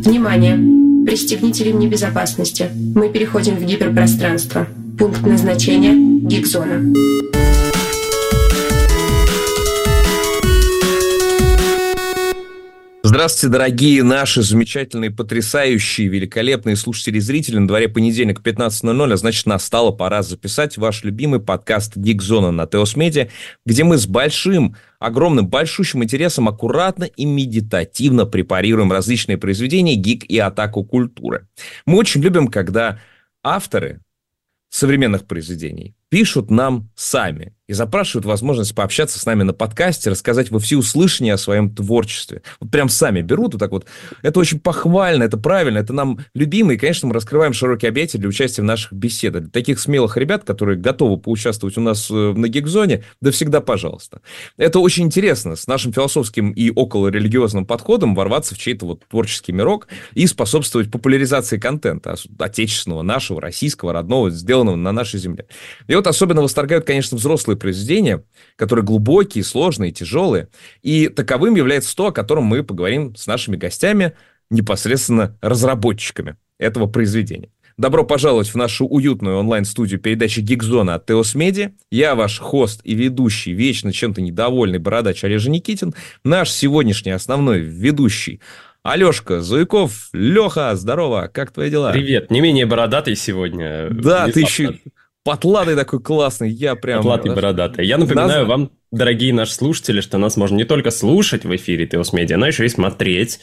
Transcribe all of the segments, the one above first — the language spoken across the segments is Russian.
Внимание! Пристегните ремни безопасности. Мы переходим в гиперпространство. Пункт назначения – Гиг-зона. Здравствуйте, дорогие наши замечательные, потрясающие, великолепные слушатели и зрители. На дворе понедельник, 15:00, а значит, настала пора записать ваш любимый подкаст «Гиг-зона» на Теос Медиа, где мы с огромным, большущим интересом аккуратно и медитативно препарируем различные произведения гик и атаку культуры. Мы очень любим, когда авторы современных произведений пишут нам сами и запрашивают возможность пообщаться с нами на подкасте, рассказать во всеуслышание о своем творчестве. Вот прям сами берут вот так вот. Это очень похвально, это правильно, это нам любимо. И, конечно, мы раскрываем широкие объятия для участия в наших беседах. Для таких смелых ребят, которые готовы поучаствовать у нас на Гиг-зоне, да всегда пожалуйста. Это очень интересно с нашим философским и околорелигиозным подходом ворваться в чей-то вот творческий мирок и способствовать популяризации контента отечественного, нашего, российского, родного, сделанного на нашей земле. И вот особенно восторгают, конечно, взрослые произведения, которые глубокие, сложные, тяжелые. И таковым является то, о котором мы поговорим с нашими гостями, непосредственно разработчиками этого произведения. Добро пожаловать в нашу уютную онлайн-студию передачи «Гиг-зона» от Теос Медиа. Я ваш хост и ведущий, вечно чем-то недовольный бородач Олежа Никитин. Наш сегодняшний основной ведущий Алешка Зуйков. Леха, здорово, как твои дела? Привет, не менее бородатый сегодня. Да, ты еще потлатый такой классный, я прям... Потлатый, бородатый. Я напоминаю вам, дорогие наши слушатели, что нас можно не только слушать в эфире Теос Медиа, но еще и смотреть.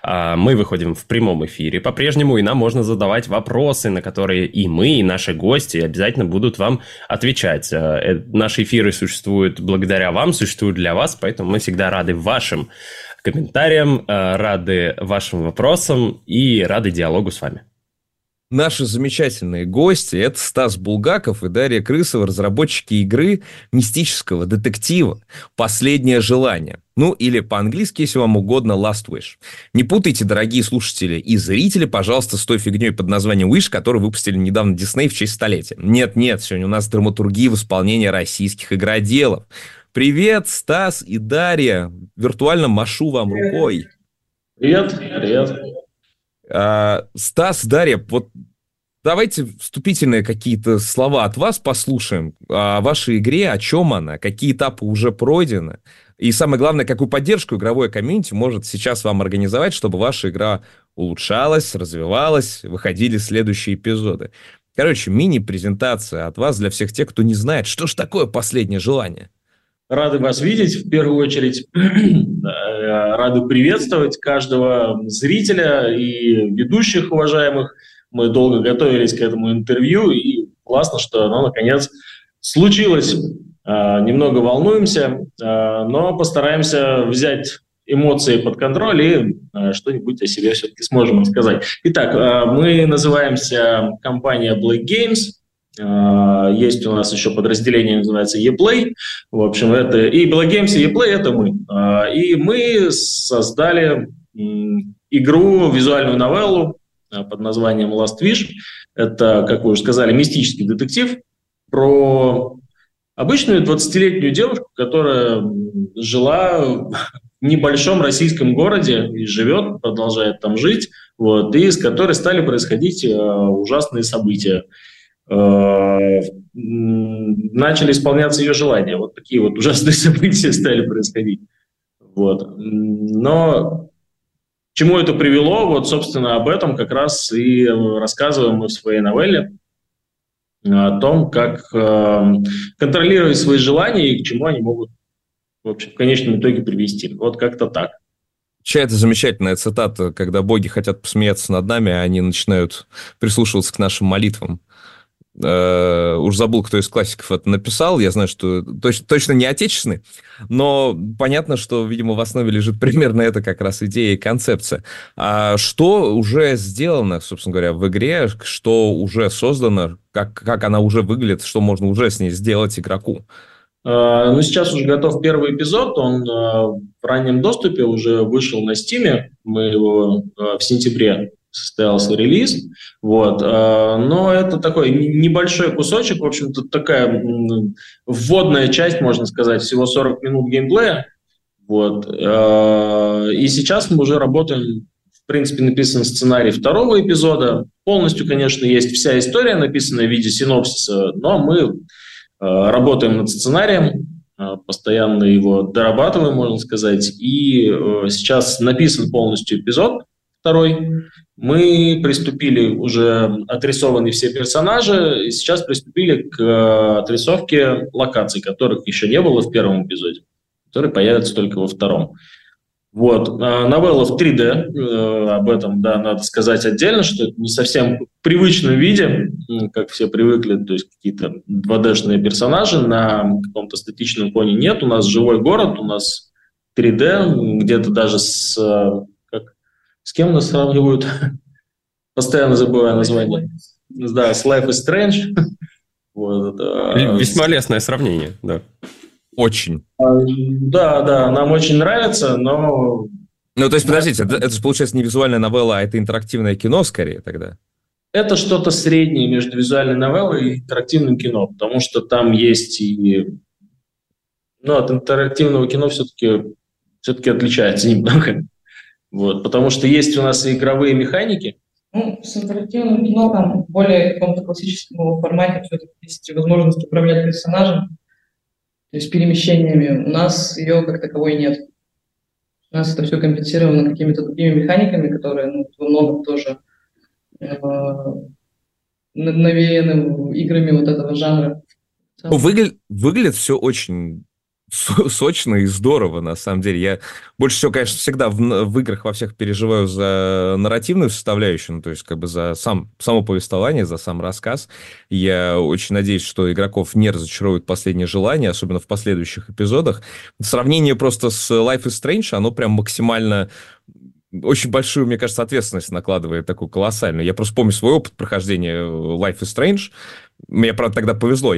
Мы выходим в прямом эфире по-прежнему, и нам можно задавать вопросы, на которые и мы, и наши гости обязательно будут вам отвечать. Наши эфиры существуют благодаря вам, существуют для вас, поэтому мы всегда рады вашим комментариям, рады вашим вопросам и рады диалогу с вами. Наши замечательные гости – это Стас Булгаков и Дарья Крысова, разработчики игры мистического детектива «Последнее желание». Ну, или по-английски, если вам угодно, Last Wish. Не путайте, дорогие слушатели и зрители, пожалуйста, с той фигней под названием Wish, которую выпустили недавно Disney в честь столетия. Нет, сегодня у нас драматургия в исполнении российских игроделов. Привет, Стас и Дарья. Виртуально машу вам рукой. Привет. Стас, Дарья, вот давайте вступительные какие-то слова от вас послушаем о вашей игре, о чем она, какие этапы уже пройдены, и самое главное, какую поддержку игровое комьюнити может сейчас вам организовать, чтобы ваша игра улучшалась, развивалась, выходили следующие эпизоды. Короче, мини-презентация от вас для всех тех, кто не знает, что ж такое «Последнее желание». Рады вас видеть, в первую очередь. Рады приветствовать каждого зрителя и ведущих уважаемых. Мы долго готовились к этому интервью, и классно, что оно, наконец, случилось. Немного волнуемся, но постараемся взять эмоции под контроль и что-нибудь о себе все-таки сможем рассказать. Итак, мы называемся компания Black Games. Есть у нас еще подразделение, называется ePlay. В общем, это и Black Games, и ePlay – это мы. И мы создали игру, визуальную новеллу под названием Last Wish. Это, как вы уже сказали, мистический детектив про обычную 20-летнюю девушку, которая жила в небольшом российском городе и живет, продолжает там жить, вот, и с которой стали происходить ужасные события. Начали исполняться ее желания. Вот такие вот ужасные события стали происходить. Вот. Но к чему это привело? Вот, собственно, об этом как раз и рассказываем мы в своей новелле. О том, как контролировать свои желания и к чему они могут, в общем, в конечном итоге привести. Вот как-то так. Это замечательная цитата, когда боги хотят посмеяться над нами, а они начинают прислушиваться к нашим молитвам. Уж забыл, кто из классиков это написал. Я знаю, что точно не отечественный, но понятно, что, видимо, в основе лежит примерно это как раз идея и концепция. А что уже сделано, собственно говоря, в игре, что уже создано, как она уже выглядит, что можно уже с ней сделать игроку? Ну, сейчас уже готов первый эпизод, он в раннем доступе уже вышел на Steam, мы его в сентябре состоялся релиз, вот, но это такой небольшой кусочек, в общем-то, такая вводная часть, можно сказать, всего 40 минут геймплея, вот, и сейчас мы уже работаем в принципе, написан сценарий второго эпизода. Полностью, конечно, есть вся история, написанная в виде синопсиса, но мы работаем над сценарием, постоянно его дорабатываем, можно сказать. И сейчас написан полностью эпизод второй. Мы приступили, уже отрисованы все персонажи, и сейчас приступили к отрисовке локаций, которых еще не было в первом эпизоде, которые появятся только во втором. Вот. Новелла в 3D, об этом, да, надо сказать отдельно, что это не совсем в привычном виде, как все привыкли, то есть какие-то 2D-шные персонажи на каком-то статичном фоне нет. У нас живой город, у нас 3D, где-то даже с кем нас сравнивают? Постоянно забываю название. Да, с Life is Strange. Вот, весьма лестное сравнение, да. Очень. Да, нам очень нравится, но... Ну, то есть, подождите, это же, получается, не визуальная новелла, а это интерактивное кино, скорее, тогда? Это что-то среднее между визуальной новеллой и интерактивным кино, потому что там есть и... Ну, от интерактивного кино все-таки отличается немного. Вот, потому что есть у нас и игровые механики. Ну, с интерактивным кино там в более каком-то классическом формате все-таки есть возможность управлять персонажем, то есть перемещениями. У нас ее как таковой нет. У нас это все компенсировано какими-то другими механиками, которые во многом тоже навеяны играми вот этого жанра. Выглядит все очень сочно и здорово, на самом деле. Я больше всего, конечно, всегда в играх во всех переживаю за нарративную составляющую, ну, то есть как бы за само повествование, за сам рассказ. Я очень надеюсь, что игроков не разочарует «Последнее желание», особенно в последующих эпизодах. Сравнение просто с Life is Strange, оно прям максимально... Очень большую, мне кажется, ответственность накладывает, такую колоссальную. Я просто помню свой опыт прохождения Life is Strange. Мне, правда, тогда повезло.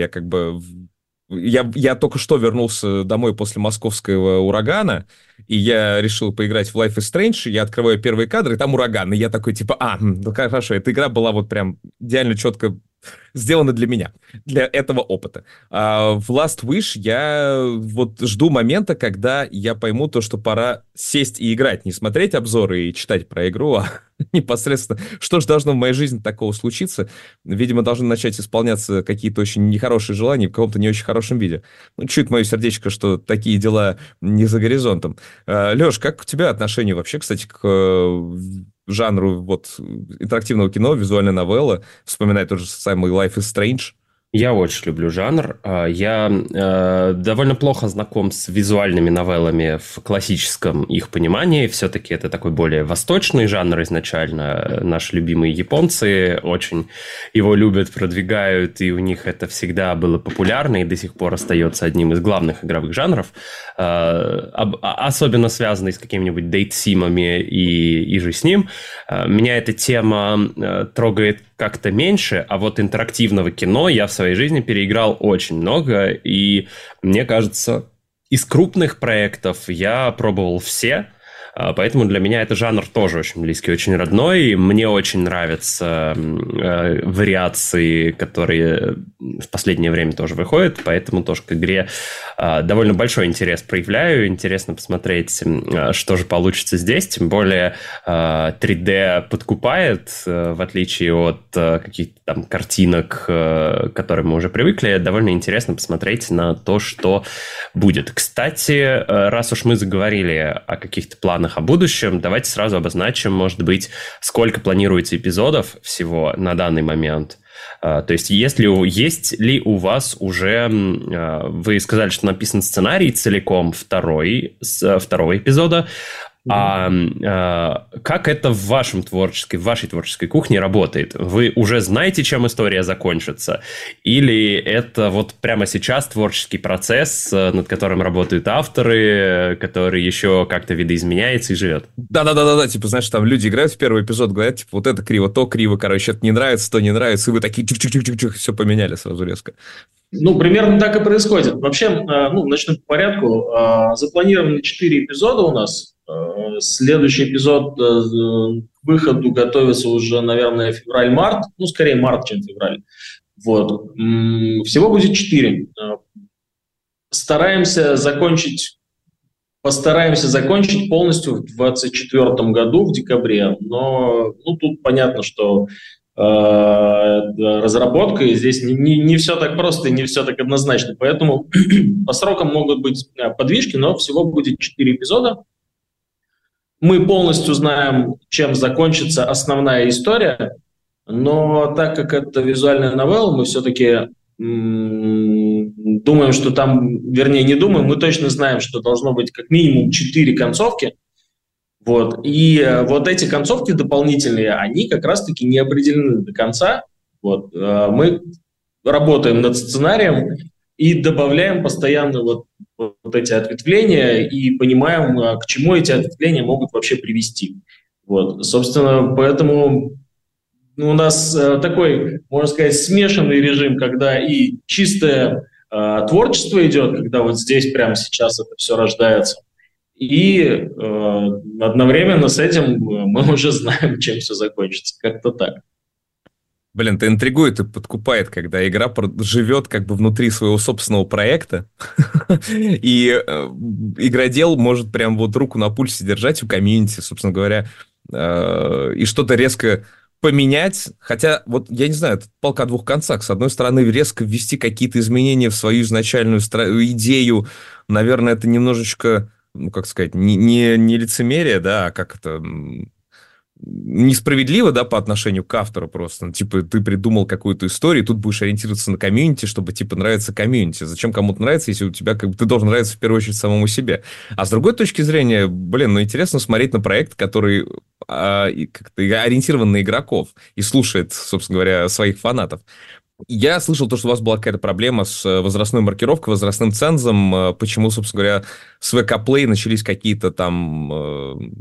Я только что вернулся домой после московского урагана, и я решил поиграть в Life is Strange, я открываю первые кадры, и там ураган, и я такой, типа, ну хорошо, эта игра была вот прям идеально четко сделана для меня, для этого опыта. А в Last Wish я вот жду момента, когда я пойму то, что пора сесть и играть, не смотреть обзоры и читать про игру, а непосредственно, что же должно в моей жизни такого случиться. Видимо, должны начать исполняться какие-то очень нехорошие желания в каком-то не очень хорошем виде. Ну, чуть мое сердечко, что такие дела не за горизонтом. Леш, как у тебя отношение вообще, кстати, к жанру вот интерактивного кино, визуальная новелла, вспоминая тот же самый Life is Strange? Я очень люблю жанр. Я довольно плохо знаком с визуальными новеллами в классическом их понимании. Все-таки это такой более восточный жанр изначально. Наши любимые японцы очень его любят, продвигают, и у них это всегда было популярно и до сих пор остается одним из главных игровых жанров. Особенно связанный с какими-нибудь дейт-симами и же с ним. Меня эта тема трогает как-то меньше, а вот интерактивного кино я в своей жизни переиграл очень много, и мне кажется, из крупных проектов я пробовал все, поэтому для меня это жанр тоже очень близкий, очень родной. Мне очень нравятся вариации, которые в последнее время тоже выходят, поэтому тоже к игре довольно большой интерес проявляю. Интересно посмотреть, что же получится здесь. Тем более 3D подкупает, в отличие от каких-то там картинок, к которым мы уже привыкли. Довольно интересно посмотреть на то, что будет. Кстати, раз уж мы заговорили о каких-то планах о будущем, давайте сразу обозначим, может быть, сколько планируется эпизодов всего на данный момент. То есть есть ли у вас уже... Вы сказали, что написан сценарий целиком второго эпизода. Как это в вашей творческой кухне работает? Вы уже знаете, чем история закончится? Или это вот прямо сейчас творческий процесс, над которым работают авторы, который еще как-то видоизменяется и живет? Да, типа, знаешь, там люди играют в первый эпизод, говорят, типа, вот это криво, то криво, короче, это не нравится, то не нравится, и вы такие чух-чух-чух-чух, все поменяли сразу резко. Ну, примерно так и происходит. Вообще, начнем по порядку. Запланированы 4 эпизода у нас. Следующий эпизод к выходу готовится уже, наверное, февраль-март. Ну, скорее март, чем февраль. Вот. Всего будет 4. Стараемся закончить постараемся закончить полностью в 2024 году, в декабре. Но тут понятно, что разработка, и здесь не все так просто и не все так однозначно. Поэтому по срокам могут быть подвижки, но всего будет 4 эпизода. Мы полностью знаем, чем закончится основная история, но так как это визуальная новелла, мы все-таки думаем, что там, вернее, не думаем, мы точно знаем, что должно быть как минимум 4 концовки. Вот. И вот эти концовки дополнительные, они как раз-таки не определены до конца. Вот. Мы работаем над сценарием и добавляем постоянно вот эти ответвления и понимаем, к чему эти ответвления могут вообще привести. Вот. Собственно, поэтому у нас такой, можно сказать, смешанный режим, когда и чистое творчество идет, когда вот здесь прямо сейчас это все рождается, и одновременно с этим мы уже знаем, чем все закончится. Как-то так. Блин, это интригует и подкупает, когда игра живет как бы внутри своего собственного проекта, и игродел может прям вот руку на пульсе держать у комьюнити, собственно говоря, и что-то резко поменять, хотя, вот, я не знаю, это палка о двух концах. С одной стороны, резко ввести какие-то изменения в свою изначальную идею, наверное, это немножечко, как сказать, не лицемерие, да, а как это... несправедливо, да, по отношению к автору просто. Типа, ты придумал какую-то историю, и тут будешь ориентироваться на комьюнити, чтобы, типа, нравиться комьюнити. Зачем кому-то нравится, если у тебя, как бы, ты должен нравиться в первую очередь самому себе. А с другой точки зрения, блин, интересно смотреть на проект, который как-то ориентирован на игроков и слушает, собственно говоря, своих фанатов. Я слышал то, что у вас была какая-то проблема с возрастной маркировкой, возрастным цензом, почему, собственно говоря, с ВК-плей начались какие-то там...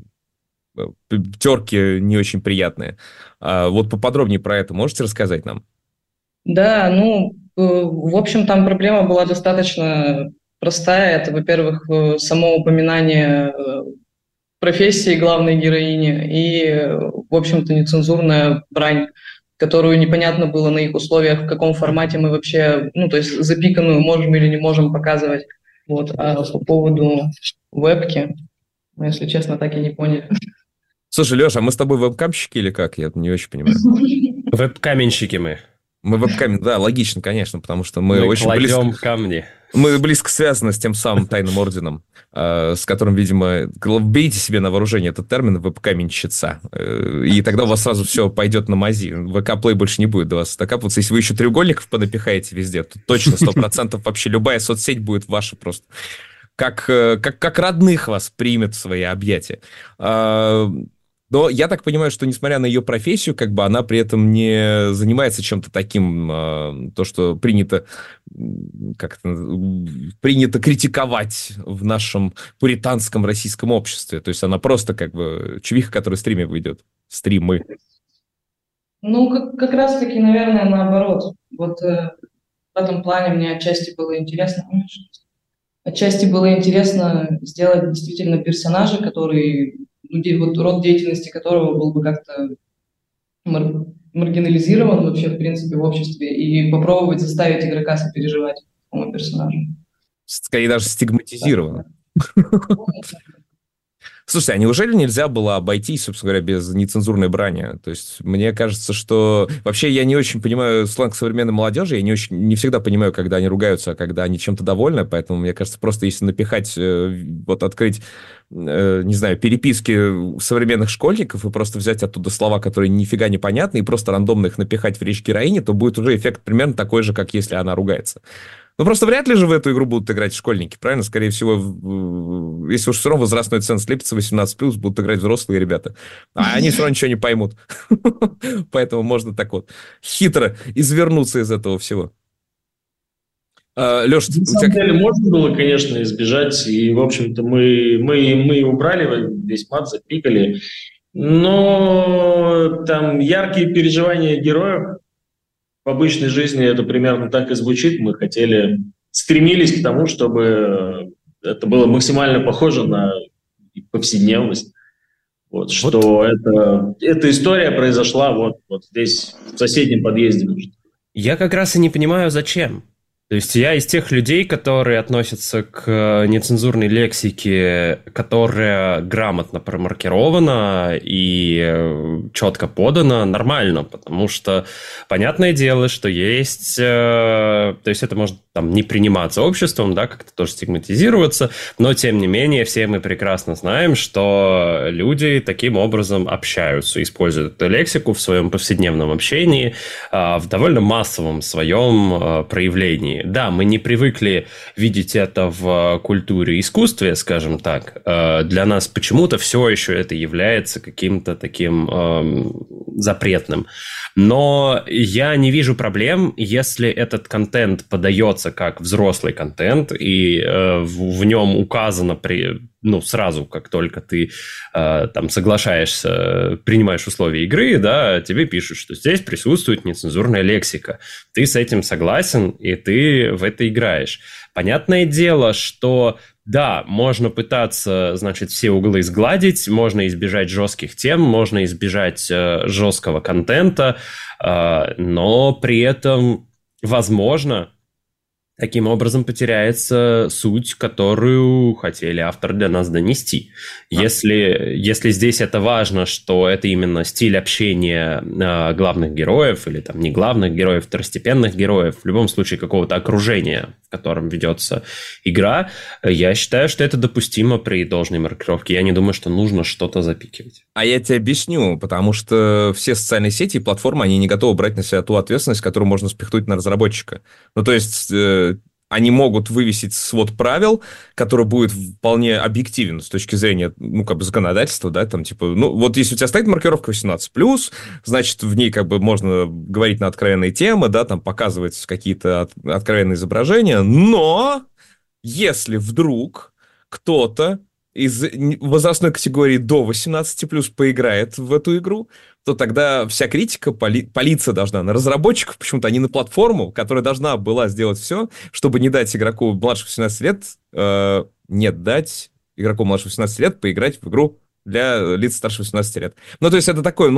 терки не очень приятные. Вот поподробнее про это можете рассказать нам? Да, в общем, там проблема была достаточно простая. Это, во-первых, само упоминание профессии главной героини и, в общем-то, нецензурная брань, которую непонятно было на их условиях, в каком формате мы вообще, то есть запиканную можем или не можем показывать. Вот. А по поводу вебки, если честно, так и не поняли. Слушай, Леша, а мы с тобой вебкамщики или как? Я не очень понимаю. Вебкаменщики мы. Мы вебкамен, да, логично, конечно, потому что мы очень кладем камни. Мы близко связаны с тем самым тайным орденом, с которым, видимо, берите себе на вооружение этот термин вебкаменщица, и тогда у вас сразу все пойдет на мази. ВК-плей больше не будет до вас докапываться. Если вы еще треугольников понапихаете везде, то точно 100% вообще любая соцсеть будет ваша просто. Как родных вас примет в свои объятия. Но я так понимаю, что, несмотря на ее профессию, как бы она при этом не занимается чем-то таким, то, что принято критиковать в нашем пуританском российском обществе. То есть она просто как бы чувиха, которая в стриме выйдет. Стримы. Как раз-таки, наверное, наоборот. Вот в этом плане мне отчасти было интересно. Отчасти было интересно сделать действительно персонажа, который... вот род деятельности которого был бы как-то маргинализирован вообще, в принципе, в обществе, и попробовать заставить игрока сопереживать этому персонажу. Скорее даже стигматизирован. Слушайте, а неужели нельзя было обойтись, собственно говоря, без нецензурной брани? То есть мне кажется, что... Вообще я не очень понимаю сленг современной молодежи, я не всегда понимаю, когда они ругаются, а когда они чем-то довольны, поэтому мне кажется, просто если напихать, вот открыть, не знаю, переписки современных школьников и просто взять оттуда слова, которые нифига не понятны, и просто рандомно их напихать в речь героини, то будет уже эффект примерно такой же, как если она ругается. Ну, просто вряд ли же в эту игру будут играть школьники, правильно? Скорее всего, если уж все равно возрастной ценз слепится 18+, будут играть взрослые ребята. А они все равно ничего не поймут. Поэтому можно так вот хитро извернуться из этого всего. Леш, на самом деле можно было, конечно, избежать. И, в общем-то, мы убрали весь мат, запикали. Но там яркие переживания героев в обычной жизни это примерно так и звучит. Мы стремились к тому, чтобы это было максимально похоже на повседневность. Вот, что эта история произошла вот здесь, в соседнем подъезде. Я как раз и не понимаю, зачем. То есть я из тех людей, которые относятся к нецензурной лексике, которая грамотно промаркирована и четко подана, нормально, потому что понятное дело, что есть... То есть это может там не приниматься обществом, да, как-то тоже стигматизироваться, но тем не менее все мы прекрасно знаем, что люди таким образом общаются, используют эту лексику в своем повседневном общении, в довольно массовом своем проявлении. Да, мы не привыкли видеть это в культуре и искусстве, скажем так. Для нас почему-то все еще это является каким-то таким запретным. Но я не вижу проблем, если этот контент подается как взрослый контент, и в нем указано сразу, как только ты там соглашаешься, принимаешь условия игры, да, тебе пишут, что здесь присутствует нецензурная лексика. Ты с этим согласен, и ты в это играешь. Понятное дело, что да, можно пытаться, значит, все углы сгладить, можно избежать жестких тем, можно избежать жесткого контента, но при этом, возможно, таким образом потеряется суть, которую хотели авторы для нас донести. Если здесь это важно, что это именно стиль общения главных героев, или там не главных героев, второстепенных героев, в любом случае какого-то окружения, в котором ведется игра, я считаю, что это допустимо при должной маркировке. Я не думаю, что нужно что-то запикивать. А я тебе объясню, потому что все социальные сети и платформы, они не готовы брать на себя ту ответственность, которую можно спихнуть на разработчика. Ну, то есть... Они могут вывесить свод правил, который будет вполне объективен с точки зрения, законодательства, да, там, вот если у тебя стоит маркировка 18+, значит, в ней, можно говорить на откровенные темы, да, там, показывать какие-то откровенные изображения, но если вдруг кто-то из возрастной категории до 18+, поиграет в эту игру, то тогда вся критика палиться должна на разработчиков, почему-то, а не на платформу, которая должна была сделать все, чтобы не дать игроку младше 18 лет, дать игроку младше 18 лет поиграть в игру для лиц старше 18 лет. Ну, то есть это такое,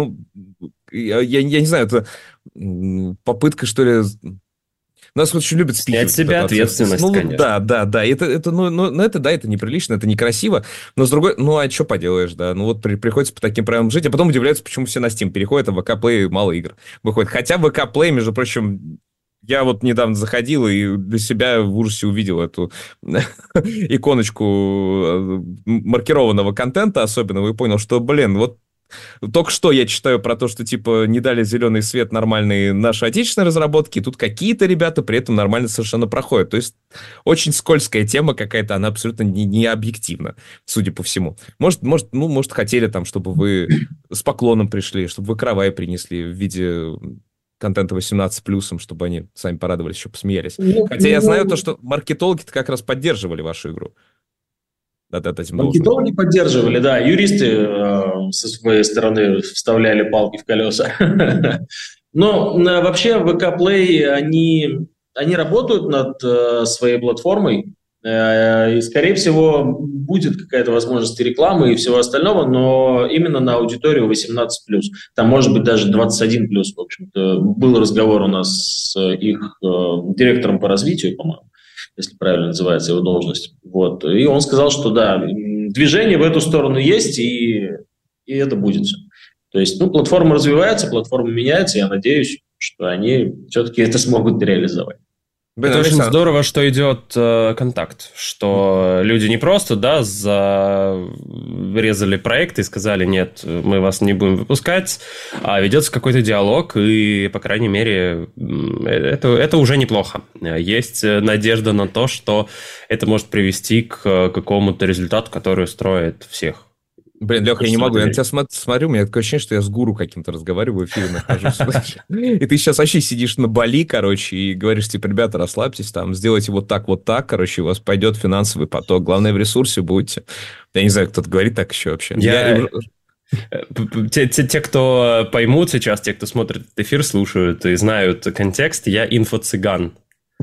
я не знаю, это попытка, что ли... Нас очень любят спихивать. Снять себе ответственность, конечно. Да. Это неприлично, это некрасиво. Но с другой... а что поделаешь, да? Приходится по таким правилам жить, а потом удивляются, почему все на Steam переходят, а в VK Play мало игр выходит. Хотя в VK Play, между прочим, я недавно заходил и для себя в ужасе увидел эту иконочку маркированного контента особенного и понял, что, только что я читаю про то, что, не дали зеленый свет нормальные наши отечественные разработки, и тут какие-то ребята при этом нормально совершенно проходят. То есть очень скользкая тема какая-то, она абсолютно не объективна, судя по всему. Может, хотели там, чтобы вы с поклоном пришли, чтобы вы каравай принесли в виде контента 18+, чтобы они сами порадовались, еще посмеялись. Хотя я знаю то, что маркетологи-то как раз поддерживали вашу игру. Маркетологи поддерживали, да, юристы со своей стороны вставляли палки в колеса. Но вообще VK Play, они работают над своей платформой, и, скорее всего, будет какая-то возможность и рекламы и всего остального, но именно на аудиторию 18+. Там может быть даже 21+. В общем-то, был разговор у нас с их директором по развитию, по-моему, если правильно называется его должность. Вот. И он сказал, что да, движение в эту сторону есть, и это будет все. То есть, платформа развивается, платформа меняется, я надеюсь, что они все-таки это смогут реализовать. Это очень здорово, что идет контакт, что люди не просто, зарезали проект и сказали, нет, мы вас не будем выпускать, а ведется какой-то диалог, и, по крайней мере, это уже неплохо. Есть надежда на то, что это может привести к какому-то результату, который устроит всех. Леха, я не могу, я на тебя смотрю, у меня такое ощущение, что я с гуру каким-то разговариваю, в эфире нахожусь. И ты сейчас вообще сидишь на Бали, и говоришь, ребята, расслабьтесь, сделайте вот так, у вас пойдет финансовый поток, главное, в ресурсе будете. Я не знаю, кто-то говорит так еще вообще. Те, кто поймут сейчас, те, кто смотрит этот эфир, слушают и знают контекст, я инфо-цыган.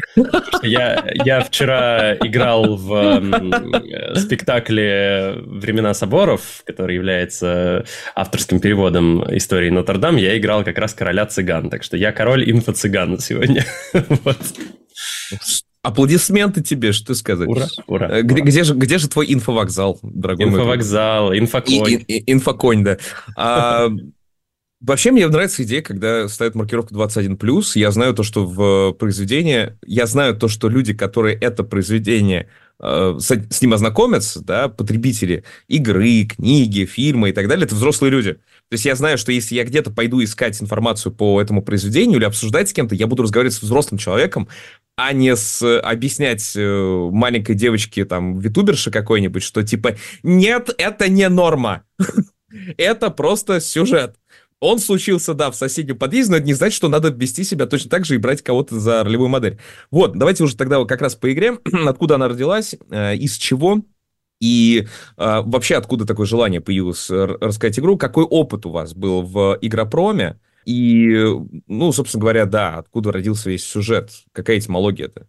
Я вчера играл в спектакле «Времена соборов», который является авторским переводом истории Нотр-Дам. Я играл как раз короля цыган, так что я король инфо-цыган сегодня. Вот. Аплодисменты тебе, что сказать. Ура, ура. Где же твой инфовокзал, дорогой мой? Инфовокзал, инфоконь. Инфоконь, да. Вообще мне нравится идея, когда ставят маркировку 21+. Я знаю то, что в произведении... Я знаю то, что люди, которые это произведение с ним ознакомятся, да, потребители игры, книги, фильмы и так далее, это взрослые люди. То есть я знаю, что если я где-то пойду искать информацию по этому произведению или обсуждать с кем-то, я буду разговаривать с взрослым человеком, а не объяснять маленькой девочке, там, витуберше какой-нибудь, что типа, нет, это не норма. Это просто сюжет. Он случился, да, в соседнем подъезде, но это не значит, что надо вести себя точно так же и брать кого-то за ролевую модель. Вот, давайте уже тогда как раз по игре. Откуда она родилась, из чего, и вообще откуда такое желание появилось рассказать игру, какой опыт у вас был в игропроме, и, ну, собственно говоря, да, откуда родился весь сюжет, какая этимология-то?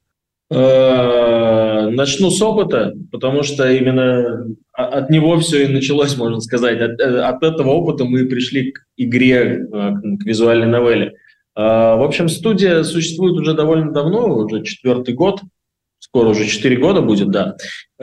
Начну с опыта, потому что именно от него все и началось, можно сказать. От этого опыта мы пришли к игре, к визуальной новелле. В общем, студия существует уже довольно давно, уже 4-й год, скоро уже 4 года будет, да.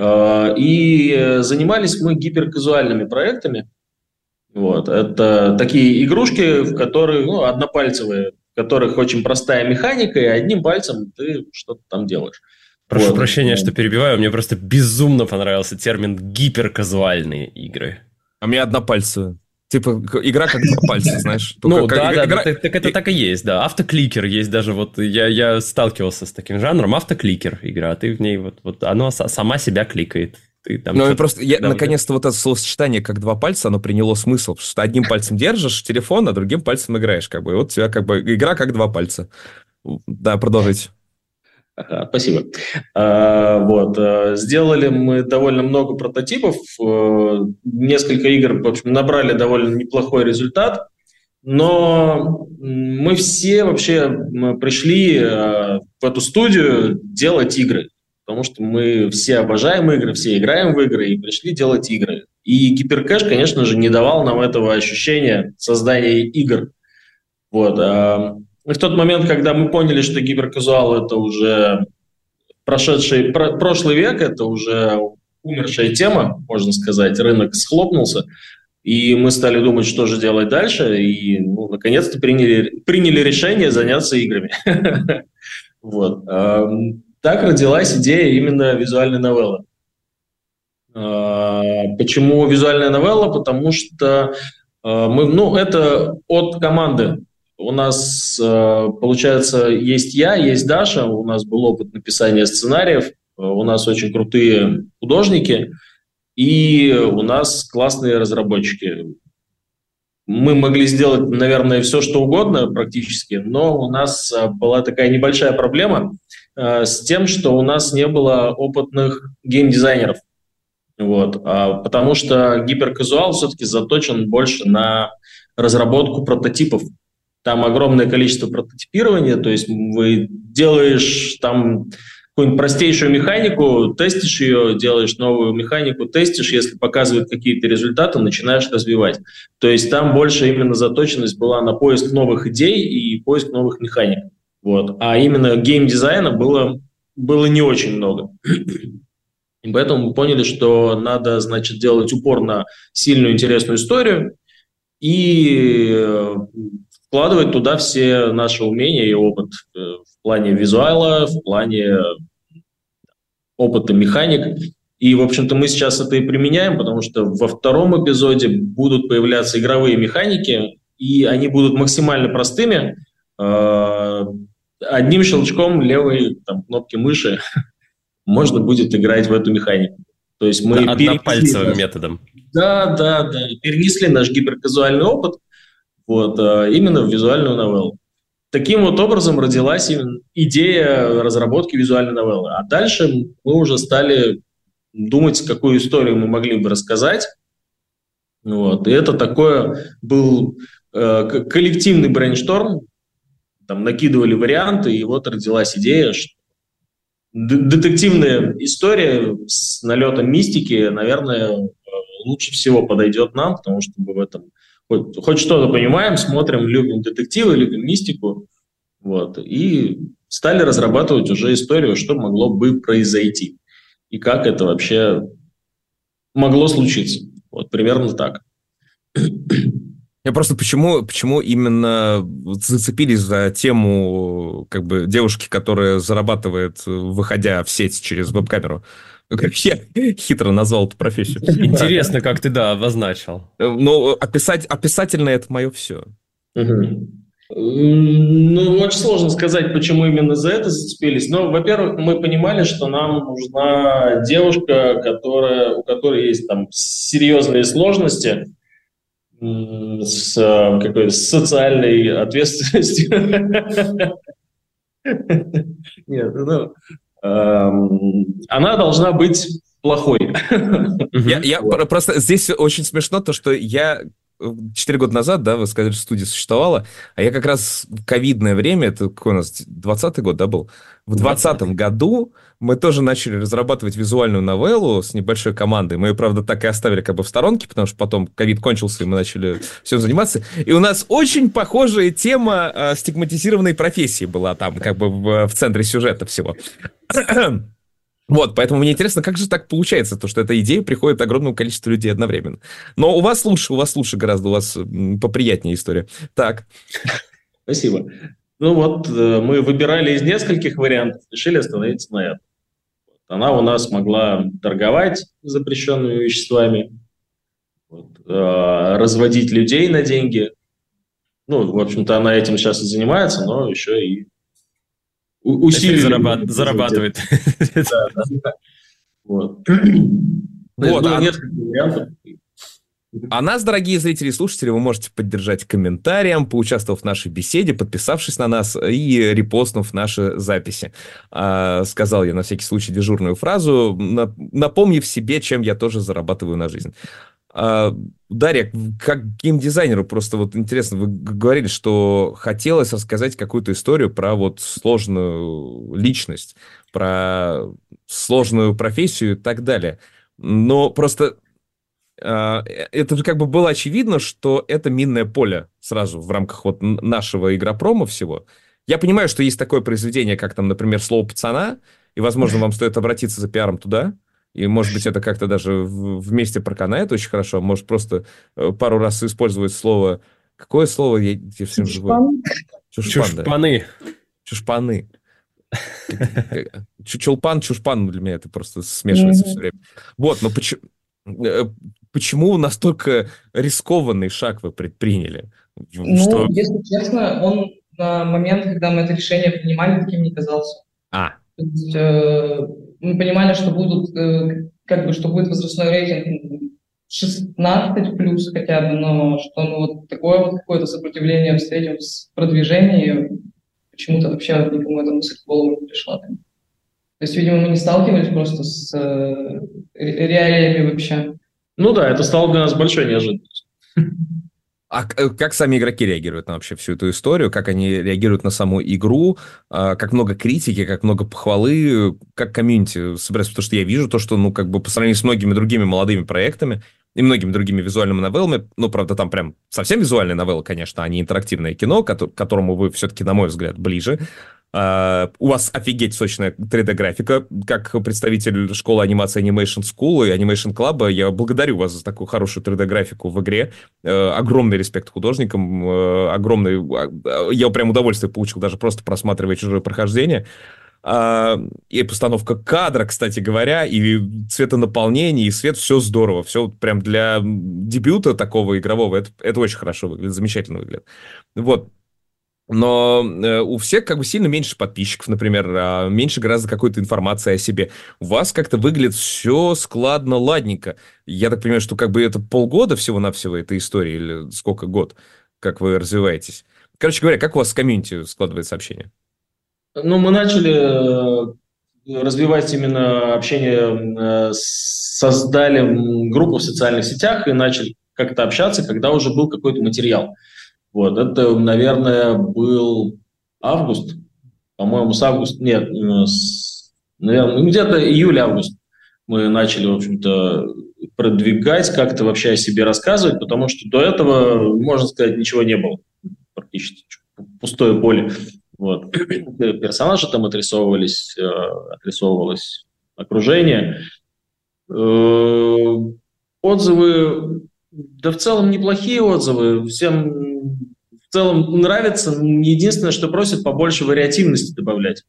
И занимались мы гиперказуальными проектами. Вот. Это такие игрушки, в которые, ну, однопальцевые, в которых очень простая механика, и одним пальцем ты что-то там делаешь. Прошу прощения, что перебиваю, мне просто безумно понравился термин «гиперказуальные игры». А мне однопальцевые. Типа игра как два пальца, знаешь. Ну да, так это так и есть, да. Автокликер есть даже, вот я сталкивался с таким жанром, автокликер игра, ты в ней вот оно сама себя кликает. Ну, просто наконец-то вот это словосочетание как два пальца, оно приняло смысл, потому что одним пальцем держишь телефон, а другим пальцем играешь, как бы. И вот у тебя как бы игра как два пальца. Да, продолжите. Спасибо. Сделали мы довольно много прототипов, несколько игр, в общем, набрали довольно неплохой результат, но мы все вообще пришли в эту студию делать игры. Потому что мы все обожаем игры, все играем в игры и пришли делать игры. И гиперкэш, конечно же, не давал нам этого ощущения создания игр. Вот. И в тот момент, когда мы поняли, что гиперказуал – это уже прошлый век, это уже умершая тема, можно сказать, рынок схлопнулся, и мы стали думать, что же делать дальше, и наконец-то приняли решение заняться играми. Вот. Так родилась идея именно визуальной новеллы. Почему визуальная новелла? Потому что это от команды. У нас, получается, есть я, есть Даша, у нас был опыт написания сценариев, у нас очень крутые художники, и у нас классные разработчики. Мы могли сделать, наверное, все, что угодно практически, но у нас была такая небольшая проблема с тем, что у нас не было опытных геймдизайнеров. Вот. Потому что гиперказуал все-таки заточен больше на разработку прототипов. Там огромное количество прототипирования, то есть вы делаешь там какую-нибудь простейшую механику, тестишь ее, делаешь новую механику, тестишь, если показывают какие-то результаты, начинаешь развивать. То есть там больше именно заточенность была на поиск новых идей и поиск новых механик. Вот. А именно геймдизайна было не очень много. И поэтому мы поняли, что надо, значит, делать упор на сильную, интересную историю и вкладывать туда все наши умения и опыт в плане визуала, в плане опыта механик. И, в общем-то, мы сейчас это и применяем, потому что во втором эпизоде будут появляться игровые механики, и они будут максимально простыми. Одним щелчком левой кнопки мыши можно будет играть в эту механику. То есть мы однопальцевым методом. Да, перенесли наш гиперказуальный опыт именно в визуальную новеллу. Таким вот образом родилась идея разработки визуальной новеллы. А дальше мы уже стали думать, какую историю мы могли бы рассказать. Вот. И это был коллективный брейншторм. Там накидывали варианты, и вот родилась идея, что детективная история с налетом мистики, наверное, лучше всего подойдет нам, потому что мы в этом хоть что-то понимаем, смотрим, любим детективы, любим мистику. Вот. И стали разрабатывать уже историю, что могло бы произойти и как это вообще могло случиться. Вот примерно так. Я просто почему именно зацепились за тему как бы девушки, которая зарабатывает, выходя в сеть через веб-камеру? Как я хитро назвал эту профессию. Интересно, как ты, обозначил. Ну, описательное – это мое все. Ну, очень сложно сказать, почему именно за это зацепились. Но, во-первых, мы понимали, что нам нужна девушка, у которой есть там серьезные сложности с какой-то социальной ответственностью. Нет, она должна быть плохой. Просто здесь очень смешно то, что я 4 года назад, да, вы сказали, что студия существовала, а я как раз в ковидное время, это какой у нас, 20-й год, да, был? В 2020 году мы тоже начали разрабатывать визуальную новеллу с небольшой командой. Мы ее, правда, так и оставили как бы в сторонке, потому что потом ковид кончился, и мы начали всем заниматься. И у нас очень похожая тема стигматизированной профессии была там, как бы в центре сюжета всего. Вот, поэтому мне интересно, как же так получается, то, что эта идея приходит огромному количеству людей одновременно. Но у вас лучше гораздо, у вас поприятнее история. Так. Спасибо. Ну вот, мы выбирали из нескольких вариантов, решили остановиться на этом. Она у нас могла торговать запрещенными веществами, разводить людей на деньги. Ну, в общем-то, она этим сейчас и занимается, но еще и усиленно зарабатывает. Вот. Несколько вариантов. А нас, дорогие зрители и слушатели, вы можете поддержать комментарием, поучаствовав в нашей беседе, подписавшись на нас и репостнув наши записи. Сказал я на всякий случай дежурную фразу, напомнив себе, чем я тоже зарабатываю на жизнь. Дарья, как геймдизайнеру, просто вот интересно, вы говорили, что хотелось рассказать какую-то историю про вот сложную личность, про сложную профессию и так далее. Но просто это же как бы было очевидно, что это минное поле сразу в рамках вот нашего игропрома всего. Я понимаю, что есть такое произведение, как там, например, «Слово пацана», и, возможно, вам стоит обратиться за пиаром туда. И, может быть, это как-то даже вместе проканает очень хорошо. Может, просто пару раз использовать слово... Какое слово? Я всем живу. Чушпаны. Чушпаны. Чулпан, чушпан для меня это просто смешивается все время. Вот, но почему настолько рискованный шаг вы предприняли? Ну, если честно, он на момент, когда мы это решение принимали, таким не казался. То есть, мы понимали, что что будет возрастной рейтинг 16 плюс хотя бы, но что мы вот такое вот какое-то сопротивление встретим с продвижением, почему-то вообще никому эта мысль в голову не пришла. То есть, видимо, мы не сталкивались просто с реалиями вообще. Ну да, это стало для нас большой неожиданностью. А как сами игроки реагируют на вообще всю эту историю? Как они реагируют на саму игру? Как много критики, как много похвалы? Как комьюнити собирается? Потому что я вижу то, что, по сравнению с многими другими молодыми проектами и многими другими визуальными новеллами, правда, там прям совсем визуальная новелла, конечно, а не интерактивное кино, к которому вы все-таки, на мой взгляд, ближе. У вас офигеть сочная 3D-графика. Как представитель школы анимации Animation School и Animation Club, я благодарю вас за такую хорошую 3D-графику в игре. Огромный респект художникам. Я прям удовольствие получил, даже просто просматривая чужое прохождение. И постановка кадра, кстати говоря, и цветонаполнение, и свет, все здорово. Все прям для дебюта такого игрового, это очень хорошо выглядит, замечательно выглядит. Вот. Но у всех сильно меньше подписчиков, например, меньше гораздо какой-то информации о себе. У вас как-то выглядит все складно, ладненько. Я так понимаю, что это полгода всего-навсего этой истории, или сколько год, как вы развиваетесь. Короче говоря, как у вас с комьюнити складывается общение? Мы начали развивать именно общение, создали группу в социальных сетях и начали как-то общаться, когда уже был какой-то материал. Вот, это, наверное, был август, по-моему, наверное, где-то июль-август мы начали, в общем-то, продвигать, как-то вообще о себе рассказывать, потому что до этого, можно сказать, ничего не было, практически пустое поле. Вот. Персонажи там отрисовывалось окружение. Отзывы, да в целом неплохие отзывы, всем в целом нравится. Единственное, что просят побольше вариативности добавлять,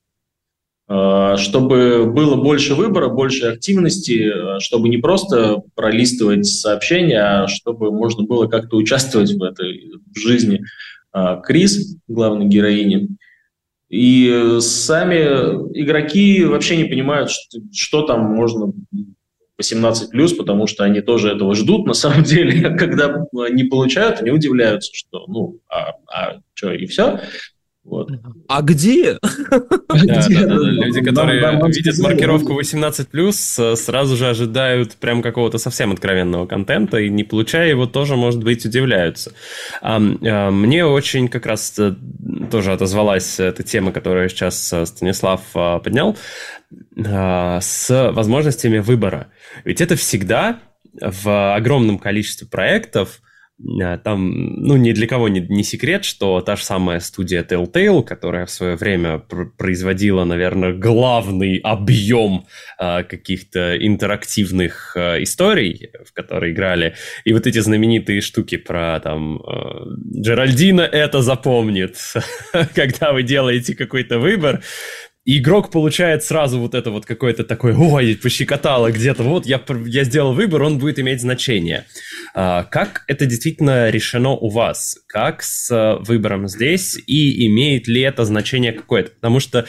чтобы было больше выбора, больше активности, чтобы не просто пролистывать сообщения, а чтобы можно было как-то участвовать в жизни Крис, главной героини. И сами игроки вообще не понимают, что там можно 18+, потому что они тоже этого ждут, на самом деле. Когда не получают, они удивляются, что что, и все? Вот. А где? Люди, которые видят маркировку 18+, сразу же ожидают прям какого-то совсем откровенного контента, и не получая его, тоже, может быть, удивляются. Мне очень как раз тоже отозвалась эта тема, которую сейчас Станислав поднял, с возможностями выбора. Ведь это всегда в огромном количестве проектов. Там, ни для кого не секрет, что та же самая студия Telltale, которая в свое время производила, наверное, главный объем каких-то интерактивных историй, в которые играли, и вот эти знаменитые штуки про там Джеральдина это запомнит, когда вы делаете какой-то выбор, и игрок получает сразу вот это вот какое-то такое, ой, пощекотало где-то, вот я сделал выбор, он будет иметь значение. Как это действительно решено у вас? Как с выбором здесь? И имеет ли это значение какое-то? Потому что,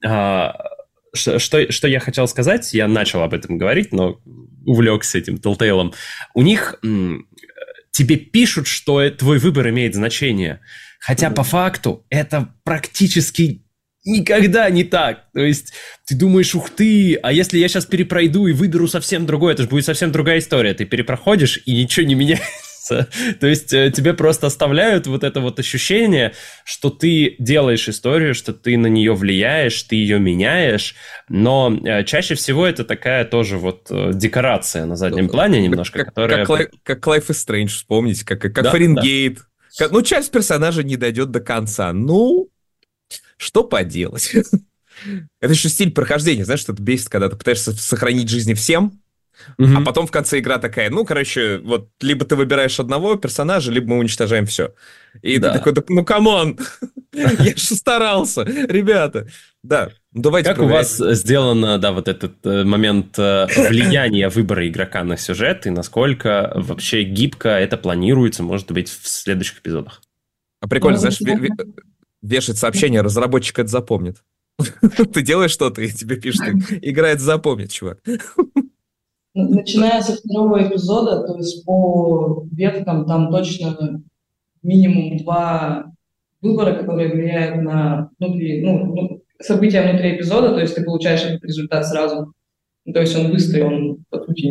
что я хотел сказать, я начал об этом говорить, но увлекся этим Telltale. У них тебе пишут, что твой выбор имеет значение. Хотя по факту это практически никогда не так. То есть ты думаешь, ух ты, а если я сейчас перепройду и выберу совсем другое, это же будет совсем другая история. Ты перепроходишь, и ничего не меняется. То есть тебе просто оставляют вот это вот ощущение, что ты делаешь историю, что ты на нее влияешь, ты ее меняешь, но чаще всего это такая тоже вот декорация на заднем плане немножко, которая... Как Life is Strange, вспомните, как Фаренгейт. Да. Часть персонажа не дойдет до конца. Что поделать? Это еще стиль прохождения, знаешь, что это бесит, когда ты пытаешься сохранить жизни всем, а потом в конце игра такая, вот, либо ты выбираешь одного персонажа, либо мы уничтожаем все. И ты такой, камон, я же старался, ребята. Да, давайте как проверять. У вас сделано, вот этот момент влияния выбора игрока на сюжет, и насколько вообще гибко это планируется, может быть, в следующих эпизодах? Прикольно, знаешь, вешать сообщение, разработчик это запомнит. Ты делаешь что-то, и тебе пишут, игра это запомнит, чувак. Начиная со 2-го эпизода, то есть по веткам, там точно минимум 2 выбора, которые влияют на события внутри эпизода, то есть ты получаешь этот результат сразу. То есть он быстрый, он, по сути,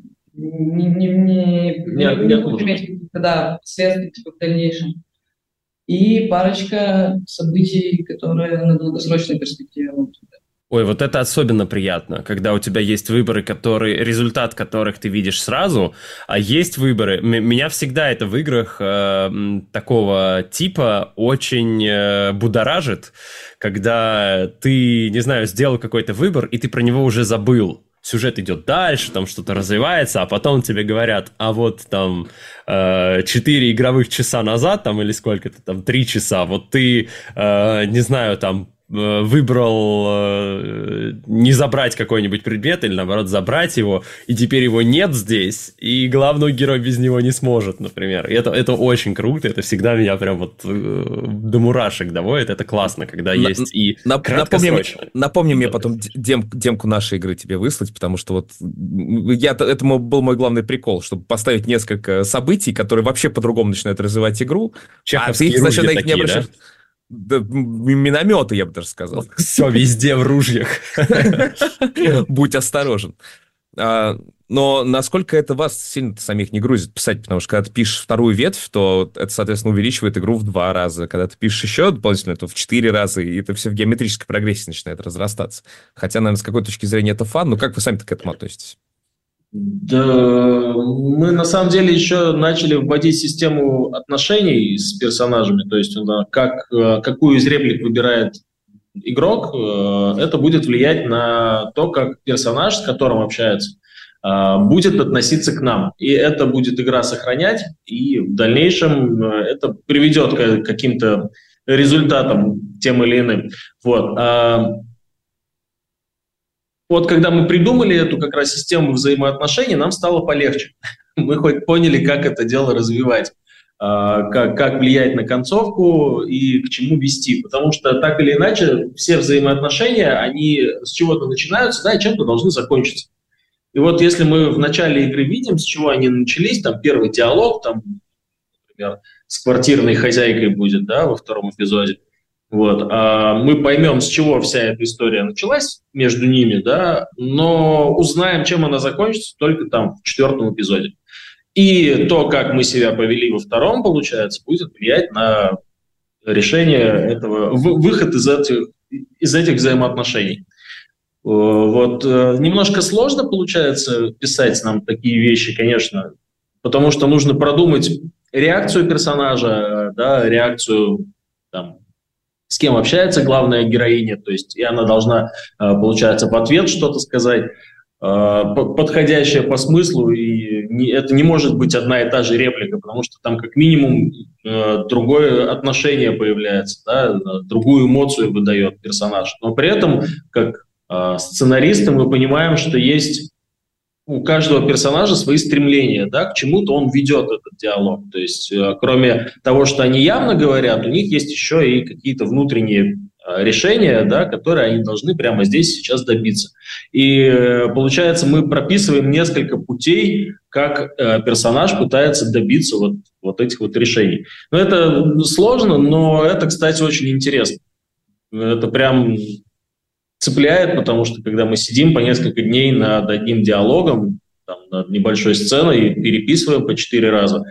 не будет иметь последствий в дальнейшем. И парочка событий, которые на долгосрочной перспективе. Ой, вот это особенно приятно, когда у тебя есть выборы, результат которых ты видишь сразу, а есть выборы. Меня всегда это в играх такого типа очень будоражит, когда ты, не знаю, сделал какой-то выбор, и ты про него уже забыл. Сюжет идет дальше, там что-то развивается, а потом тебе говорят, а вот там 4 игровых часа назад, там, или сколько-то, там, 3 часа, вот ты, не знаю, там, выбрал не забрать какой-нибудь предмет, или, наоборот, забрать его, и теперь его нет здесь, и главный герой без него не сможет, например. И это очень круто, это всегда меня прям вот до мурашек доводит, это классно, когда есть и краткосрочно. Напомни мне потом демку нашей игры тебе выслать, потому что вот это был мой главный прикол, чтобы поставить несколько событий, которые вообще по-другому начинают развивать игру, а ты изначально их не обращаешь... Да, минометы, я бы даже сказал. Все везде в ружьях. Будь осторожен. Но насколько это вас сильно самих не грузит писать, потому что когда ты пишешь 2-ю ветвь, то это, соответственно, увеличивает игру в 2 раза. Когда ты пишешь еще дополнительно, то в 4 раза, и это все в геометрической прогрессии начинает разрастаться. Хотя, наверное, с какой точки зрения это фан, но как вы сами-то к этому относитесь? Да, мы на самом деле еще начали вводить систему отношений с персонажами, то есть какую из реплик выбирает игрок, это будет влиять на то, как персонаж, с которым общается, будет относиться к нам. И это будет игра сохранять, и в дальнейшем это приведет к каким-то результатам тем или иным. Вот когда мы придумали эту как раз систему взаимоотношений, нам стало полегче. Мы хоть поняли, как это дело развивать, как влиять на концовку и к чему вести. Потому что так или иначе все взаимоотношения, они с чего-то начинаются, да, и чем-то должны закончиться. И вот если мы в начале игры видим, с чего они начались, там первый диалог, там, например, с квартирной хозяйкой будет, да, во втором эпизоде, мы поймем, с чего вся эта история началась между ними, да, но узнаем, чем она закончится, только там в 4 эпизоде. И то, как мы себя повели во 2, получается, будет влиять на решение этого, выход из этих взаимоотношений. Немножко сложно получается писать нам такие вещи, конечно, потому что нужно продумать реакцию персонажа, да, реакцию там, с кем общается главная героиня, то есть и она должна, получается, в ответ что-то сказать, подходящее по смыслу, и это не может быть одна и та же реплика, потому что там как минимум другое отношение появляется, да, другую эмоцию выдает персонаж. Но при этом, как сценаристы, мы понимаем, что есть у каждого персонажа свои стремления, да, к чему-то он ведет этот диалог. То есть кроме того, что они явно говорят, у них есть еще и какие-то внутренние решения, да, которые они должны прямо здесь сейчас добиться. И получается, мы прописываем несколько путей, как персонаж пытается добиться вот этих вот решений. Но это сложно, но это, кстати, очень интересно. Это прям цепляет, потому что когда мы сидим по несколько дней над одним диалогом, там, над небольшой сценой и переписываем по 4 раза,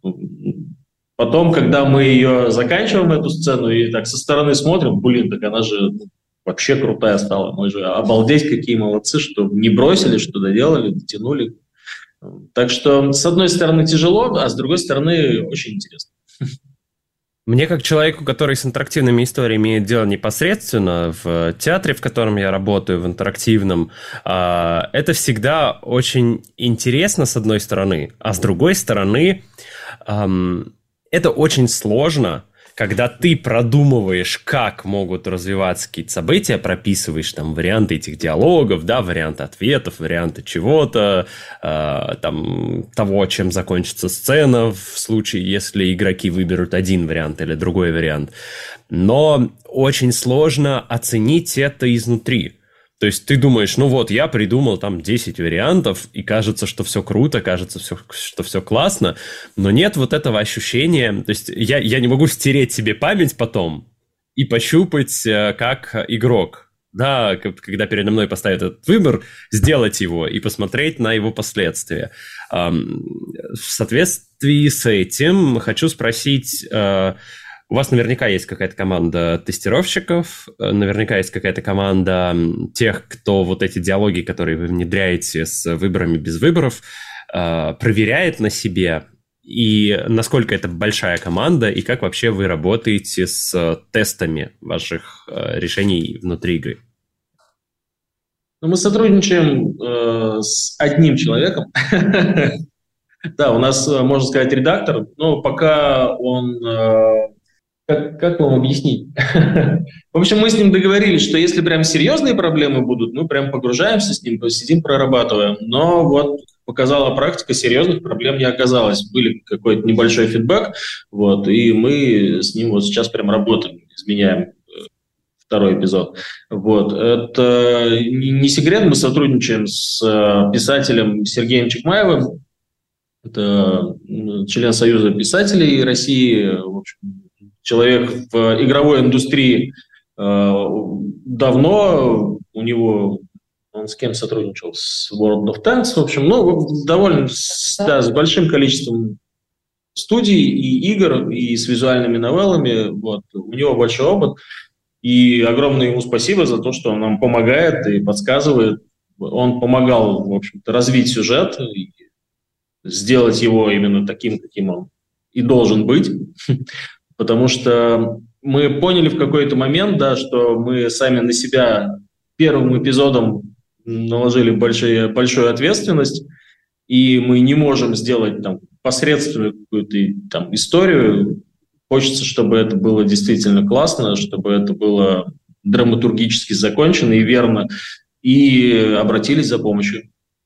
потом, когда мы ее заканчиваем, эту сцену, и так со стороны смотрим, так она же вообще крутая стала. Мы же обалдеть, какие молодцы, что не бросили, что доделали, дотянули. Так что, с одной стороны, тяжело, а с другой стороны, очень интересно. Мне, как человеку, который с интерактивными историями имеет дело непосредственно в театре, в котором я работаю, в интерактивном, это всегда очень интересно, с одной стороны, а с другой стороны, это очень сложно, когда ты продумываешь, как могут развиваться какие-то события, прописываешь там варианты этих диалогов, да, варианты ответов, варианты чего-то, там, того, чем закончится сцена в случае, если игроки выберут один вариант или другой вариант. Но очень сложно оценить это изнутри. То есть ты думаешь, я придумал там 10 вариантов, и кажется, что все круто, кажется, что все классно, но нет вот этого ощущения, то есть я не могу стереть себе память потом и пощупать как игрок. Да, когда передо мной поставят этот выбор, сделать его и посмотреть на его последствия. В соответствии с этим хочу спросить... У вас наверняка есть какая-то команда тестировщиков, наверняка есть какая-то команда тех, кто вот эти диалоги, которые вы внедряете с выборами без выборов, проверяет на себе. И насколько это большая команда, и как вообще вы работаете с тестами ваших решений внутри игры? Мы сотрудничаем с одним человеком. Да, у нас, можно сказать, редактор, но пока он... Как вам объяснить? В общем, мы с ним договорились, что если прям серьезные проблемы будут, мы прям погружаемся с ним, сидим, прорабатываем. Но вот показала практика, серьезных проблем не оказалось. Были какой-то небольшой фидбэк, и мы с ним вот сейчас прям работаем, изменяем 2 эпизод. Это не секрет, мы сотрудничаем с писателем Сергеем Чекмаевым, это член Союза писателей России, в общем, человек в игровой индустрии давно, он с кем сотрудничал? С World of Tanks, в общем, довольно с большим количеством студий и игр, и с визуальными новеллами, у него большой опыт, и огромное ему спасибо за то, что он нам помогает и подсказывает. Он помогал, в общем-то, развить сюжет, и сделать его именно таким, каким он и должен быть. Потому что мы поняли в какой-то момент, да, что мы сами на себя первым эпизодом наложили большую ответственность, и мы не можем сделать там посредственную какую-то там историю. Хочется, чтобы это было действительно классно, чтобы это было драматургически закончено и верно, и обратились за помощью.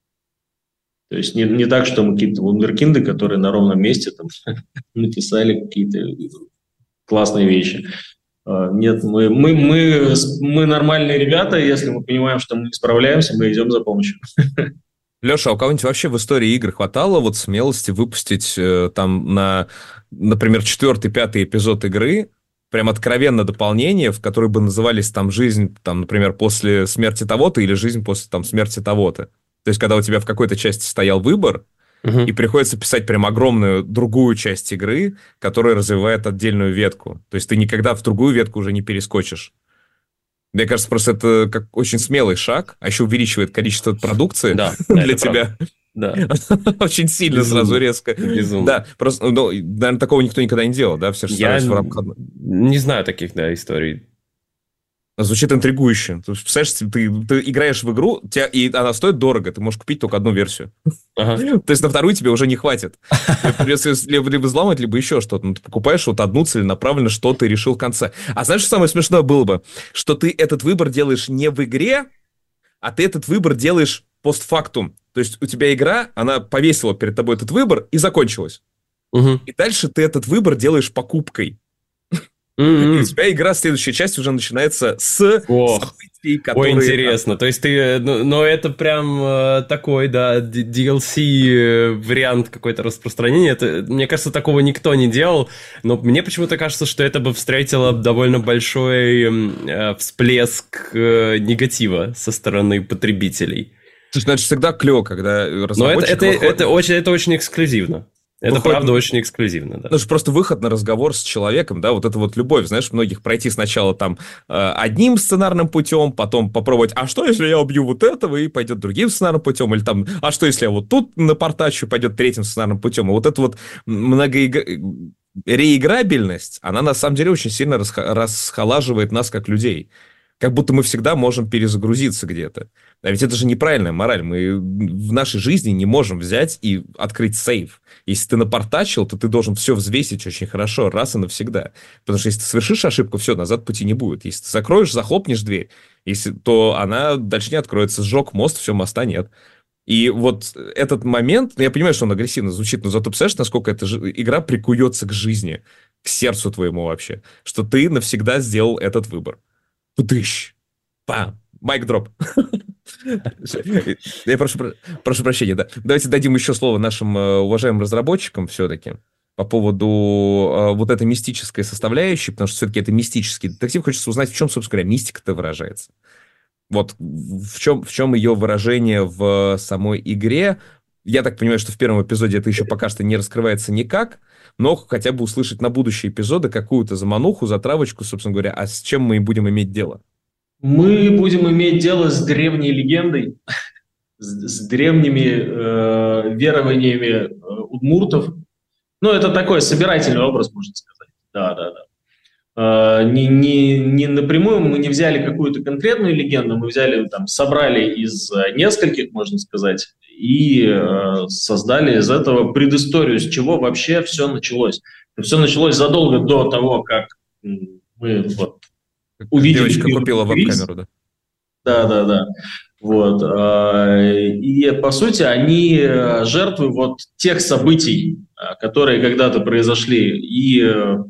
То есть не так, что мы какие-то вундеркинды, которые на ровном месте там написали какие-то классные вещи. Нет, мы нормальные ребята, если мы понимаем, что мы не справляемся, мы идем за помощью. Леша, а у кого-нибудь вообще в истории игр хватало вот смелости выпустить там например, 4-5 эпизод игры, прям откровенно дополнение, в которой бы назывались там «Жизнь», там, например, после смерти того-то или «Жизнь после там, смерти того-то». То есть, когда у тебя в какой-то части стоял выбор, и приходится писать прям огромную другую часть игры, которая развивает отдельную ветку. То есть, ты никогда в другую ветку уже не перескочишь. Мне кажется, просто это как очень смелый шаг, а еще увеличивает количество продукции для тебя. Да. Очень сильно, безумно. Сразу резко. Безумно. Да, просто, наверное, такого никто никогда не делал, да? Все же стараются в рамках... не знаю таких, да, историй. Звучит интригующе. Ты представляешь, ты играешь в игру, и она стоит дорого, ты можешь купить только одну версию. То есть на вторую тебе уже не хватит. Придется либо взломать, либо еще что-то. Ты покупаешь вот одну целенаправленно, что ты решил в конце. А знаешь, что самое смешное было бы? Что ты этот выбор делаешь не в игре, а ты этот выбор делаешь постфактум. То есть у тебя игра, она повесила перед тобой этот выбор и закончилась. И дальше ты этот выбор делаешь покупкой. И у тебя игра, следующая часть уже начинается с событий, которые... Ой, интересно. То есть ты... Ну, это прям такой, да, DLC-вариант какой-то распространения. Это, мне кажется, такого никто не делал. Но мне почему-то кажется, что это бы встретило довольно большой всплеск негатива со стороны потребителей. Слушай, ну это всегда клево, когда разработчик выходит... это очень эксклюзивно. Это правда очень эксклюзивно, да. Это же просто выход на разговор с человеком, да, вот это вот любовь, знаешь, многих пройти сначала там одним сценарным путем, потом попробовать, а что, если я убью вот этого, и пойдет другим сценарным путем, или там, а что, если я вот тут напортачу, пойдет третьим сценарным путем, и вот это вот реиграбельность, она на самом деле очень сильно расхолаживает нас как людей. Как будто мы всегда можем перезагрузиться где-то. А ведь это же неправильная мораль. Мы в нашей жизни не можем взять и открыть сейф. Если ты напортачил, то ты должен все взвесить очень хорошо, раз и навсегда. Потому что если ты совершишь ошибку, все, назад пути не будет. Если ты закроешь, захлопнешь дверь, то она дальше не откроется. Сжег мост, все, моста нет. И вот этот момент, я понимаю, что он агрессивно звучит, но зато представляешь, насколько эта игра прикуется к жизни, к сердцу твоему вообще, что ты навсегда сделал этот выбор. Пдыщ. Пам. Майк дроп. Я прошу прощения, да. Давайте дадим еще слово нашим уважаемым разработчикам все-таки по поводу вот этой мистической составляющей, потому что все-таки это мистический детектив. Хочется узнать, в чем, собственно говоря, мистика-то выражается. Вот в чем ее выражение в самой игре. Я так понимаю, что в первом эпизоде это еще пока что не раскрывается никак, но хотя бы услышать на будущие эпизоды какую-то замануху, затравочку, собственно говоря, а с чем мы будем иметь дело? Мы будем иметь дело с древней легендой, с древними верованиями удмуртов. Ну, это такой собирательный образ, можно сказать. Да. Не напрямую мы не взяли какую-то конкретную легенду, мы взяли, там, собрали из нескольких, можно сказать, и создали из этого предысторию, с чего вообще все началось. Все началось задолго до того, как мы вот увидели... Девочка купила веб-камеру, да? Да. Вот. И, по сути, они жертвы вот тех событий, которые когда-то произошли, и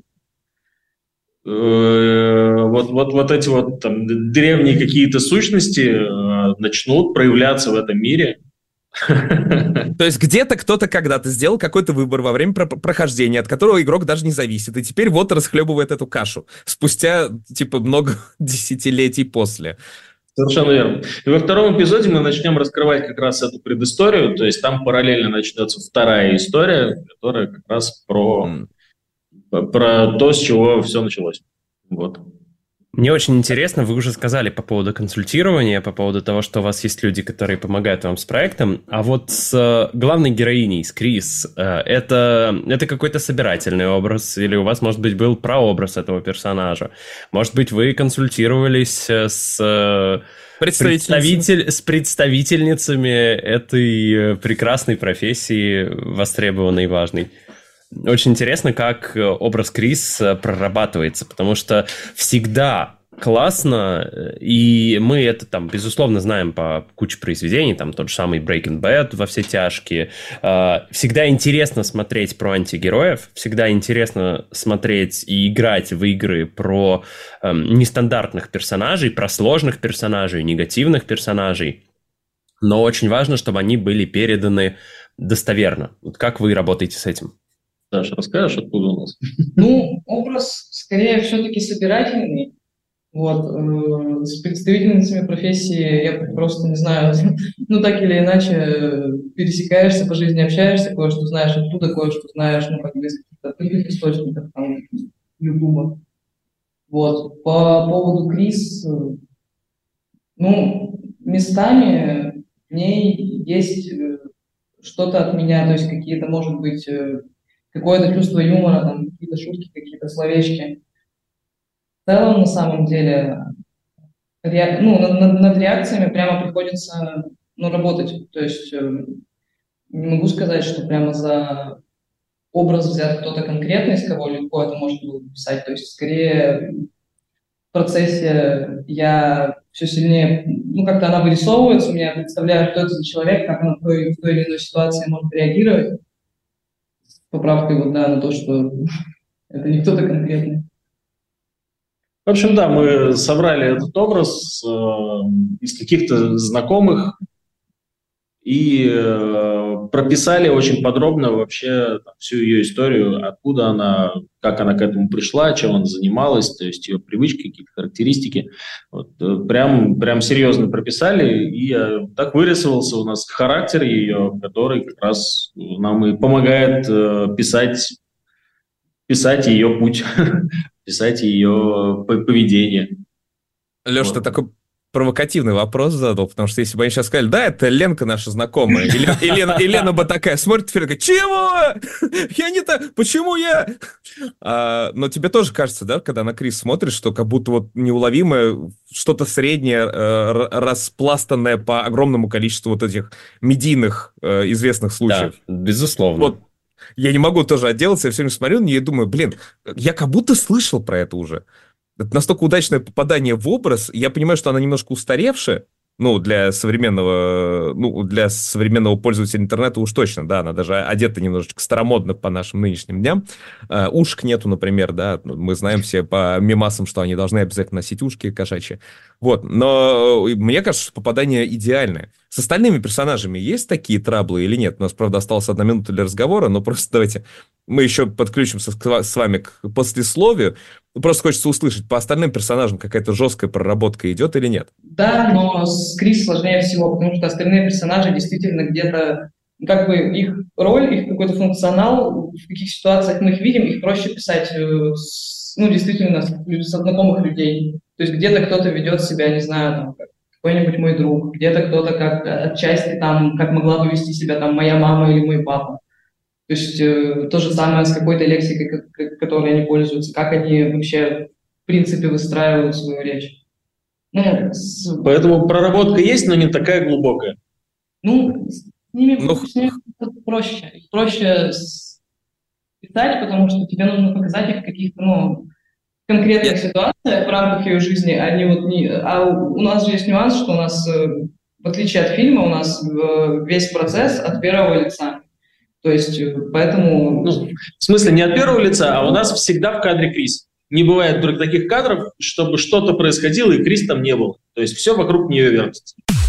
вот эти вот там древние какие-то сущности начнут проявляться в этом мире. То есть где-то кто-то когда-то сделал какой-то выбор во время прохождения, от которого игрок даже не зависит, и теперь вот расхлебывает эту кашу спустя, типа, много десятилетий после. Совершенно верно. И во втором эпизоде мы начнем раскрывать как раз эту предысторию, то есть там параллельно начнется вторая история, которая как раз про то, с чего все началось. Вот. Мне очень интересно, вы уже сказали по поводу консультирования, по поводу того, что у вас есть люди, которые помогают вам с проектом, а вот с главной героиней, с Крис, это какой-то собирательный образ, или у вас, может быть, был прообраз этого персонажа? Может быть, вы консультировались с представительницами этой прекрасной профессии, востребованной и важной? Очень интересно, как образ Крис прорабатывается, потому что всегда классно, и мы это там, безусловно, знаем по куче произведений, там тот же самый Breaking Bad, «Во все тяжкие». Всегда интересно смотреть про антигероев, всегда интересно смотреть и играть в игры про нестандартных персонажей, про сложных персонажей, негативных персонажей, но очень важно, чтобы они были переданы достоверно. Вот как вы работаете с этим? Саша, расскажешь, откуда у нас? Ну, образ скорее все-таки собирательный. Вот. С представительницами профессии я просто не знаю, ну так или иначе пересекаешься по жизни, общаешься, кое-что знаешь оттуда, кое-что знаешь, ну как бы из каких-то открытых источников, там, Ютуба. Вот. По поводу Крис, ну, местами в ней есть что-то от меня, то есть какие-то, может быть, какое-то чувство юмора, там, какие-то шутки, какие-то словечки. В целом, на самом деле, над реакциями прямо приходится работать. То есть не могу сказать, что прямо за образ взят кто-то конкретный, из кого легко это можно было писать. То есть, скорее, в процессе я все сильнее, как-то она вырисовывается, у меня я представляю, что это за человек, как он в той или иной ситуации может реагировать. С поправкой на то, что это не кто-то конкретный. В общем, да, мы собрали этот образ из каких-то знакомых и прописали очень подробно вообще всю ее историю, откуда она, как она к этому пришла, чем она занималась, то есть ее привычки, какие-то характеристики. Вот, прям серьезно прописали, и так вырисовался у нас характер ее, который как раз нам и помогает писать ее путь, писать ее поведение. Леш, ты такой провокативный вопрос задал, потому что если бы они сейчас сказали, да, это Ленка наша знакомая, и Лена бы такая смотрит, такая, чего? Я не так, почему я? Но тебе тоже кажется, да, когда на Крис смотришь, что как будто вот неуловимое, что-то среднее, распластанное по огромному количеству вот этих медийных известных случаев. Да, безусловно. Вот. Я не могу тоже отделаться, я все время смотрю на нее и думаю, я как будто слышал про это уже. Это настолько удачное попадание в образ, я понимаю, что она немножко устаревшая, для современного пользователя интернета уж точно, да, она даже одета немножечко старомодно по нашим нынешним дням. Ушек нету, например, да, мы знаем все по мемасам, что они должны обязательно носить ушки кошачьи. Вот, но мне кажется, что попадание идеальное. С остальными персонажами есть такие траблы или нет? У нас, правда, осталась 1 минута для разговора, но просто давайте мы еще подключимся с вами к послесловию. Просто хочется услышать, по остальным персонажам какая-то жесткая проработка идет или нет? Да, но с Крис сложнее всего, потому что остальные персонажи действительно где-то, их роль, их какой-то функционал, в каких ситуациях мы их видим, их проще писать, действительно, с знакомых людей. То есть где-то кто-то ведет себя, не знаю, там, как какой-нибудь мой друг, где-то кто-то как отчасти там, как могла бы вести себя там моя мама или мой папа. То есть то же самое с какой-то лексикой, которой они пользуются, как они вообще, в принципе, выстраивают свою речь. Поэтому проработка есть, но не такая глубокая. С ними проще. Проще писать, потому что тебе нужно показать их в каких-то, конкретных ситуациях в рамках ее жизни. А у нас же есть нюанс, что у нас, в отличие от фильма, у нас весь процесс от первого лица. То есть, поэтому... в смысле, не от первого лица, а у нас всегда в кадре Крис. Не бывает таких кадров, чтобы что-то происходило, и Крис там не был. То есть все вокруг нее вертится.